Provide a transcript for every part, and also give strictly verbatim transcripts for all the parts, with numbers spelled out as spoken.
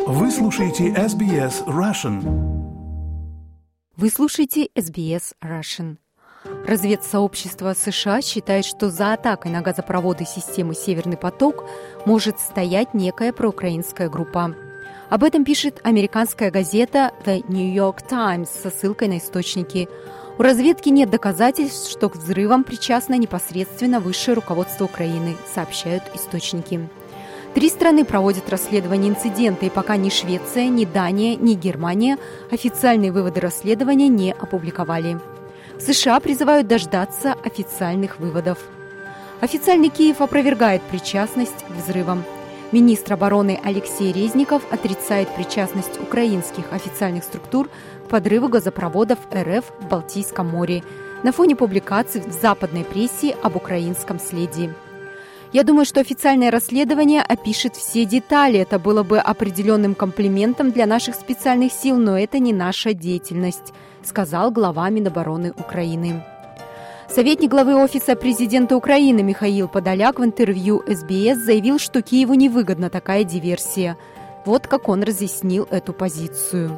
Вы слушаете эс би эс Russian. Вы слушаете эс би эс Russian. Разведсообщество США считает, что за атакой на газопроводы системы «Северный поток» может стоять некая проукраинская группа. Об этом пишет американская газета The New York Times со ссылкой на источники. У разведки нет доказательств, что к взрывам причастно непосредственно высшее руководство Украины, сообщают источники. Три страны проводят расследование инцидента, и пока ни Швеция, ни Дания, ни Германия официальные выводы расследования не опубликовали. США призывают дождаться официальных выводов. Официальный Киев опровергает причастность к взрывам. Министр обороны Алексей Резников отрицает причастность украинских официальных структур к подрыву газопроводов эр эф в Балтийском море на фоне публикаций в западной прессе об украинском следе. «Я думаю, что официальное расследование опишет все детали. Это было бы определенным комплиментом для наших специальных сил, но это не наша деятельность», сказал глава Минобороны Украины. Советник главы Офиса президента Украины Михаил Подоляк в интервью эс би эс заявил, что Киеву невыгодна такая диверсия. Вот как он разъяснил эту позицию.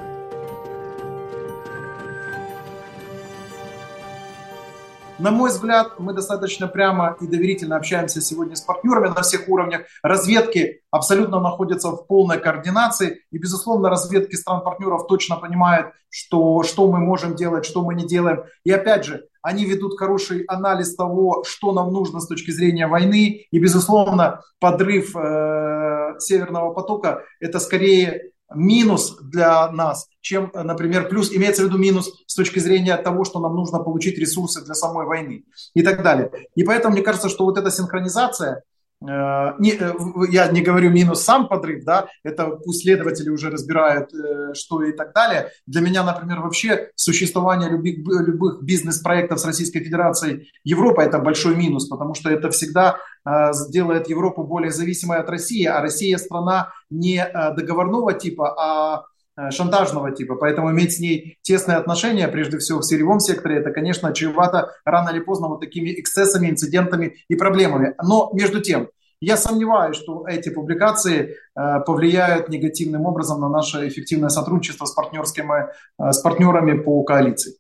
На мой взгляд, мы достаточно прямо и доверительно общаемся сегодня с партнерами на всех уровнях. Разведки абсолютно находятся в полной координации. И, безусловно, разведки стран-партнеров точно понимают, что, что мы можем делать, что мы не делаем. И опять же, они ведут хороший анализ того, что нам нужно с точки зрения войны. И, безусловно, подрыв э, Северного потока – это скорее минус для нас, чем, например, плюс, имеется в виду минус с точки зрения того, что нам нужно получить ресурсы для самой войны и так далее. И поэтому мне кажется, что вот эта синхронизация, э, не, э, я не говорю минус сам подрыв, да, это пусть следователи уже разбирают, э, что и так далее. Для меня, например, вообще существование любых, любых бизнес-проектов с Российской Федерацией Европы – это большой минус, потому что это всегда э, делает Европу более зависимой от России, а Россия страна не договорного типа, а шантажного типа. Поэтому иметь с ней тесные отношения, прежде всего в сырьевом секторе, это, конечно, чревато рано или поздно вот такими эксцессами, инцидентами и проблемами. Но между тем, я сомневаюсь, что эти публикации э, повлияют негативным образом на наше эффективное сотрудничество с, партнерскими, э, с партнерами по коалиции.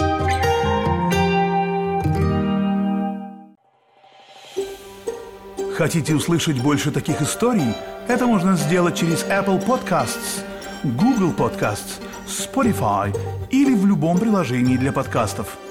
Хотите услышать больше таких историй? Это можно сделать через Apple Podcasts, Google Podcasts, Spotify или в любом приложении для подкастов.